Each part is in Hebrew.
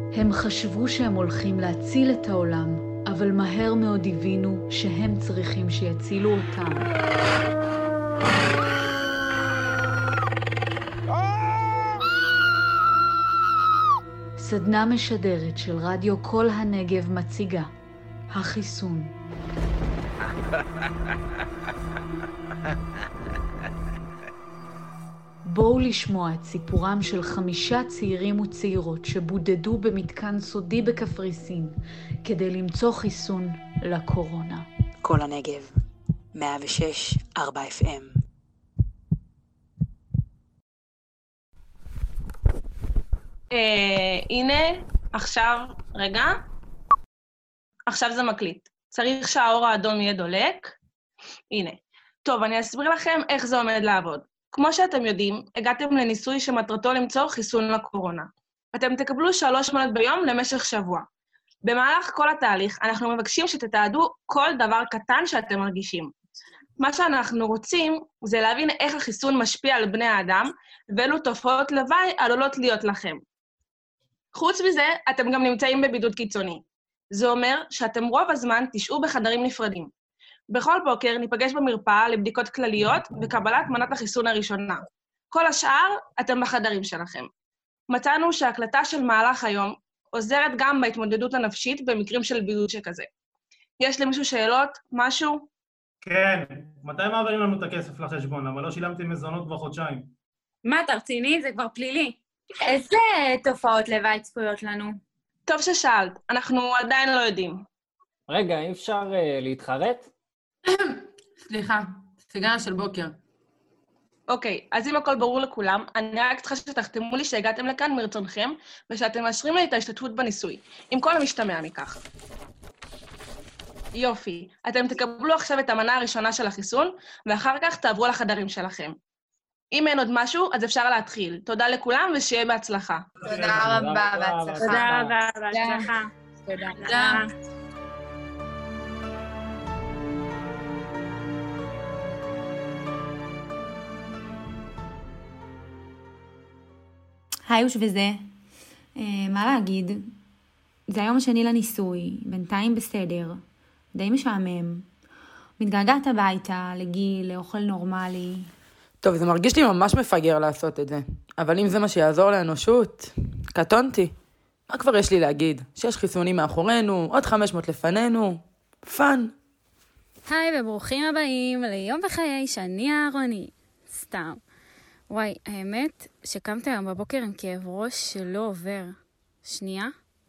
הם חשבו שהם הולכים להציל את העולם, אבל מהר מאוד הבינו שהם צריכים שיצילו אותם. סדנה משדרת של רדיו כל הנגב מציגה החיסון. בואו לשמוע את סיפורם של 5 צעירים וצעירות שבודדו במתקן סודי בקפריסין כדי למצוא חיסון לקורונה. כל הנגב, 106.4 FM. הנה, עכשיו, רגע. עכשיו זה מקליט. צריך שהאור האדום יהיה דולק. הנה. טוב, אני אסביר לכם איך זה עומד לעבוד. כמו שאתם יודעים, הגעתם לניסוי שמטרתו למצוא חיסון לקורונה. אתם תקבלו 3 מנות ביום למשך שבוע. במהלך כל התהליך, אנחנו מבקשים שתתעדו כל דבר קטן שאתם מרגישים. מה שאנחנו רוצים זה להבין איך החיסון משפיע על בני האדם, ואילו תופעות לוואי עלולות להיות לכם. חוץ מזה, אתם גם נמצאים בבידוד קיצוני. זה אומר שאתם רוב הזמן תשעו בחדרים נפרדים. בכל בוקר ניפגש במרפאה לבדיקות כלליות וקבלת מנת החיסון הראשונה. כל השאר, אתם בחדרים שלכם. מצאנו שההקלטה של מהלך היום עוזרת גם בהתמודדות הנפשית במקרים של בידוד שכזה. יש למישהו שאלות? משהו? כן, מתי מעבירים לנו את הכסף לחשבון? אבל לא שילמתי מזונות כבר חודשיים. מה, אתה רציני? זה כבר פלילי. איזה תופעות לוואי צפויות לנו? טוב ששאלת, אנחנו עדיין לא יודעים. רגע, אי אפשר להתחרט? סליחה, סיגריה של בוקר. אוקיי, אז אם הכל ברור לכולם, אני רק צריכה שתחתמו לי שהגעתם לכאן מרצונכם, ושאתם מאשרים לי את ההשתתפות בניסוי, עם כל המשתמע מכך. יופי, אתם תקבלו עכשיו את המנה הראשונה של החיסון, ואחר כך תעברו לחדרים שלכם. אם אין עוד משהו, אז אפשר להתחיל. תודה לכולם ושיהיה בהצלחה. תודה רבה, בהצלחה. תודה רבה, בהצלחה. תודה. היוש וזה, מה להגיד? זה היום השני לניסוי, בינתיים בסדר, די משעמם. מתגעגעת הביתה, לגיל, לאוכל נורמלי. טוב, זה מרגיש לי ממש מפגר לעשות את זה. אבל אם זה מה שיעזור לאנושות, קטונתי. מה כבר יש לי להגיד? 6 חיסונים מאחורינו, עוד 500 לפנינו. פאן. היי וברוכים הבאים ליום בחיי שני אהרוני. סתם. וואי, האמת שקמת היום בבוקר עם כאב ראש שלא עובר. שנייה?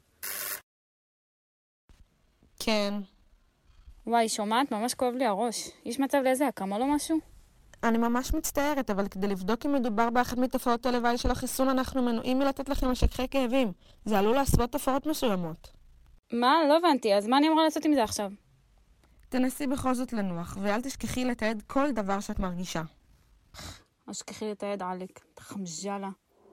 כן. וואי, שומעת? ממש כואב לי הראש. יש מצב לאיזה הקמה או משהו? אני ממש מצטערת, אבל כדי לבדוק אם מדובר באחת מתופעות הלוואי של החיסון, אנחנו מנועים מלתת לכם משככי כאבים. זה עלול להסוות תופעות מסוימות. מה? לא הבנתי. אז מה אני אמורה לעשות עם זה עכשיו? תנסי בכל זאת לנוח, ואל תשכחי לתעד כל דבר שאת מרגישה. אשכחי לי את היד עליק, תחמז'לה.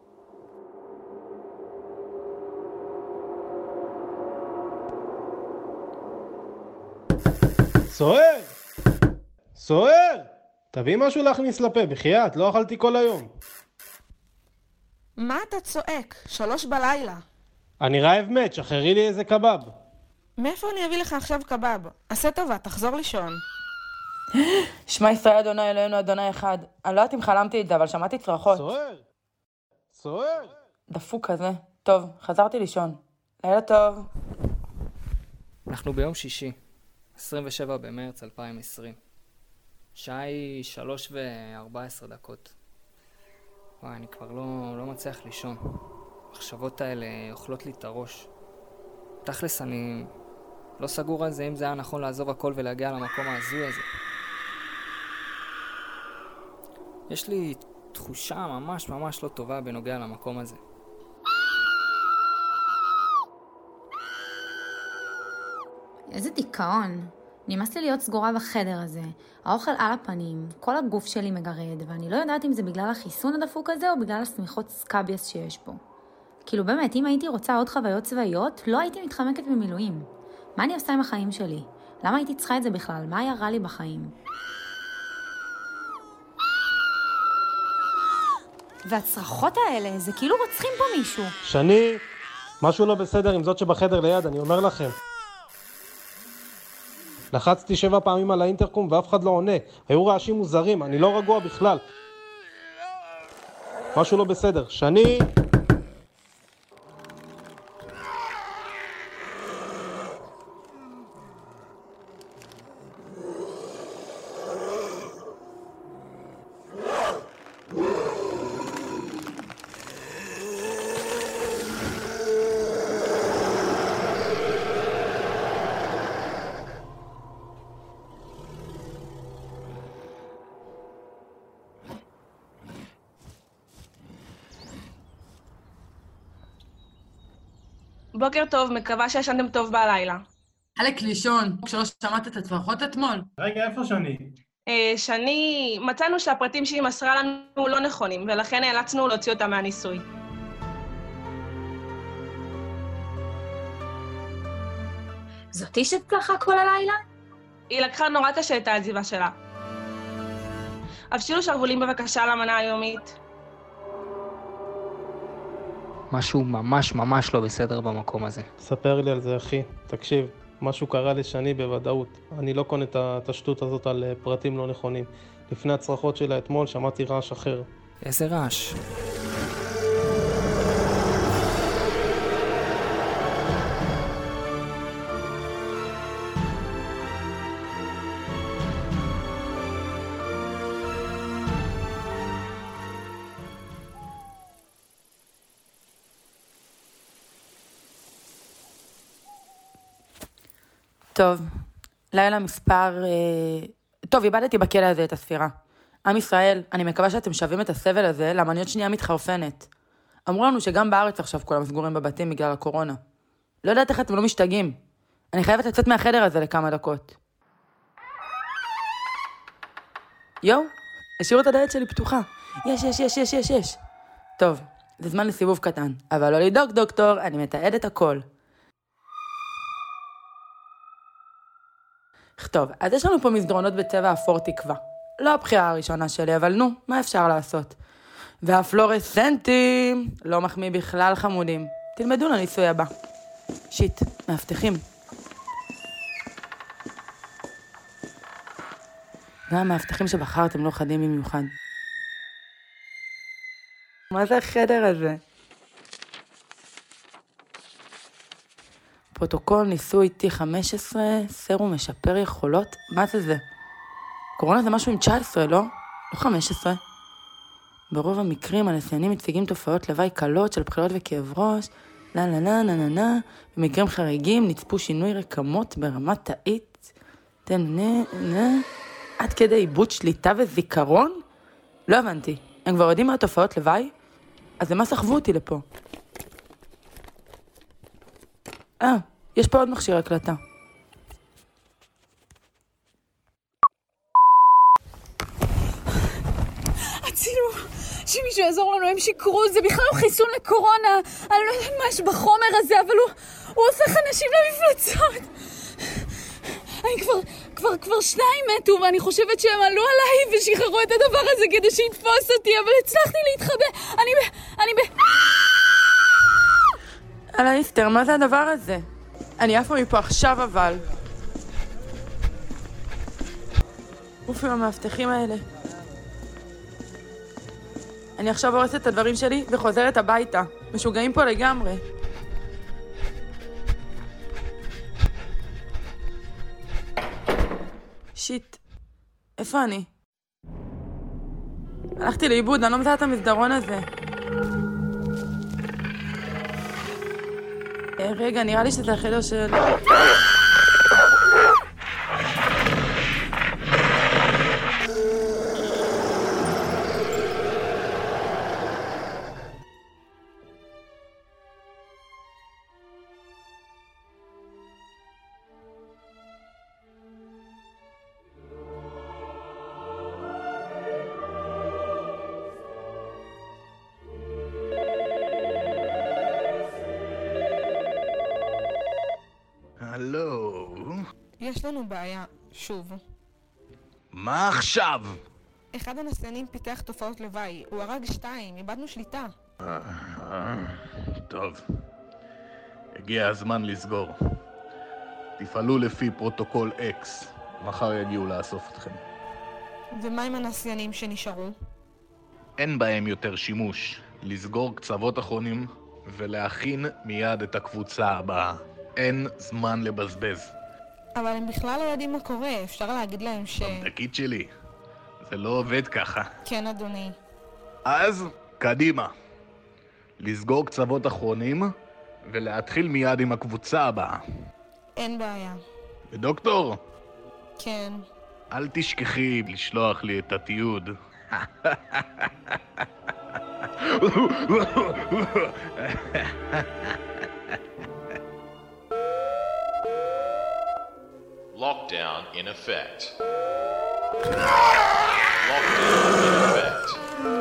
סוער! סוער! תביא משהו להכניס לפה, בחייאת, לא אכלתי כל היום. מה אתה צועק? 3 בלילה. אני רעב מת, שחררי לי איזה קבב. מאיפה אני אביא לך עכשיו קבב? עשה טובה, תחזור לישון. שמע ישראל אדוני אלוהינו אדוני אחד. אני לא יודעת אם חלמתי את זה, אבל שמעתי צרחות. סוער! סוער! דפוק כזה. טוב, חזרתי לישון. לילה טוב. אנחנו ביום שישי, 27 במרץ 2020. שעה היא 3:14. וואי, אני כבר לא מצליח לישון. המחשבות האלה אוכלות לי את הראש. תכלס, אני לא סגור על זה אם זה היה נכון לעזוב הכל ולהגיע למקום ההזוי הזה. יש לי תחושה ממש לא טובה בנוגע למקום הזה. איזה דיכאון. נמאס לי להיות סגורה בחדר הזה. האוכל על הפנים, כל הגוף שלי מגרד, ואני לא יודעת אם זה בגלל החיסון הדפוק הזה או בגלל הסמיכות סקאביאס שיש פה. כאילו באמת, אם הייתי רוצה עוד חוויות צבאיות, לא הייתי מתחמקת במילואים. מה אני עושה עם החיים שלי? למה הייתי צריכה את זה בכלל? מה היה רע לי בחיים? והצרחות האלה, זה כאילו רוצחים פה מישהו. שני, משהו לא בסדר עם זאת שבחדר ליד, אני אומר לכם. לחצתי 7 פעמים על האינטרקום ואף אחד לא עונה. היו רעשים מוזרים, אני לא רגוע בכלל. משהו לא בסדר. שני... בוקר טוב, מקווה שישנתם טוב בלילה. חלק לישון, כשלא שמעת את הטפחות אתמול. רגע, איפה שני? שני, מצאנו שהפרטים שהיא מסרה לנו לא נכונים, ולכן נאלצנו להוציא אותה מהניסוי. זאתי שצלחה כל הלילה? היא לקחה נורא קשה את העזיבה שלה. הבשילו שרוולים בבקשה למנה היומית. משהו ממש ממש לא בסדר במקום הזה. ספר לי על זה, אחי. תקשיב, משהו קרה לשני בוודאות. אני לא קונה את השטות הזאת על פרטים לא נכונים. לפני הצרחות שלה אתמול שמעתי רעש אחר. איזה רעש? טוב, לילה מספר... טוב, איבדתי בכלא הזה את הספירה. עם ישראל, אני מקווה שאתם שווים את הסבל הזה, למה אני עוד שנייה מתחרפנת. אמרו לנו שגם בארץ עכשיו כולם סגורים בבתים בגלל הקורונה. לא יודעת איך אתם לא משתגעים. אני חייבת לצאת מהחדר הזה לכמה דקות. יו, השאירו את הדלת שלי פתוחה. יש. טוב, זה זמן לסיבוב קטן, אבל לא לדאוג דוקטור, אני מתעד את הכל. טוב, אז יש לנו פה מסדרונות בצבע אפור תקווה. לא הבחירה הראשונה שלי, אבל נו, מה אפשר לעשות? והפלורסנטים, לא מחמיא בכלל חמודים. תלמדו לניסוי הבא. שיט, מאבטחים. גם המאבטחים שבחרתם לא חדים במיוחד. מה זה החדר הזה? פרוטוקול ניסוי T15, סרום משפר יכולות, מה זה? קורונה זה משהו עם 19, לא? לא 15. ברוב המקרים הניסיונים מציגים תופעות לוואי קלות של בחילות וכאב ראש, במקרים חריגים נצפו שינוי רקמות ברמת תאית, עד כדי איבוד שליטה וזיכרון? לא הבנתי, הם כבר יודעים מה התופעות לוואי? אז למה סחבו אותי לפה? יש פה עוד מכשיר הקלטה. הצילו, שמישהו יעזור לנו, הם שיקרו, זה בכלל לא חיסון לקורונה. אני לא יודעת מה יש בחומר הזה, אבל הוא הופך אנשים למפלצות. אני כבר 2 מתו, ואני חושבת שהם עלו עליי ושחררו את הדבר הזה כדי שיתפוס אותי, אבל הצלחתי להתחבא. אני אלייסטר, מה זה הדבר הזה? אני עפה מפה עכשיו אבל. אוף עם המאבטחים האלה. אני עכשיו הורסת את הדברים שלי וחוזרת הביתה. משוגעים פה לגמרי. שיט. איפה אני? הלכתי לאיבוד, אני לא מזהה את המסדרון הזה. רגע, נראה לי שזה החדר של... הלו? יש לנו בעיה, שוב. מה עכשיו? אחד הנסיינים פיתח תופעות לוואי, הוא הרג 2, איבדנו שליטה. טוב. הגיע הזמן לסגור. תפעלו לפי פרוטוקול X. מחר יגיעו לאסוף אתכם. ומה עם הנסיינים שנשארו? אין בהם יותר שימוש. לסגור קצוות אחרונים ולהכין מיד את הקבוצה הבאה. אין זמן לבזבז. אבל הם בכלל לא יודעים מה קורה, אפשר להגיד להם תגיד שלי, זה לא עובד ככה. כן, אדוני. אז, קדימה. לסגור קצוות אחרונים ולהתחיל מיד עם הקבוצה הבאה. אין בעיה. ודוקטור? כן. אל תשכחי לשלוח לי את התיעוד. Lockdown in effect. Lockdown in effect.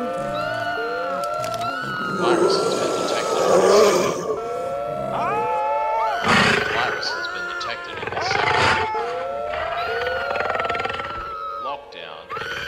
Virus has been detected in the sector. Virus has been detected in the sector. Lockdown in effect.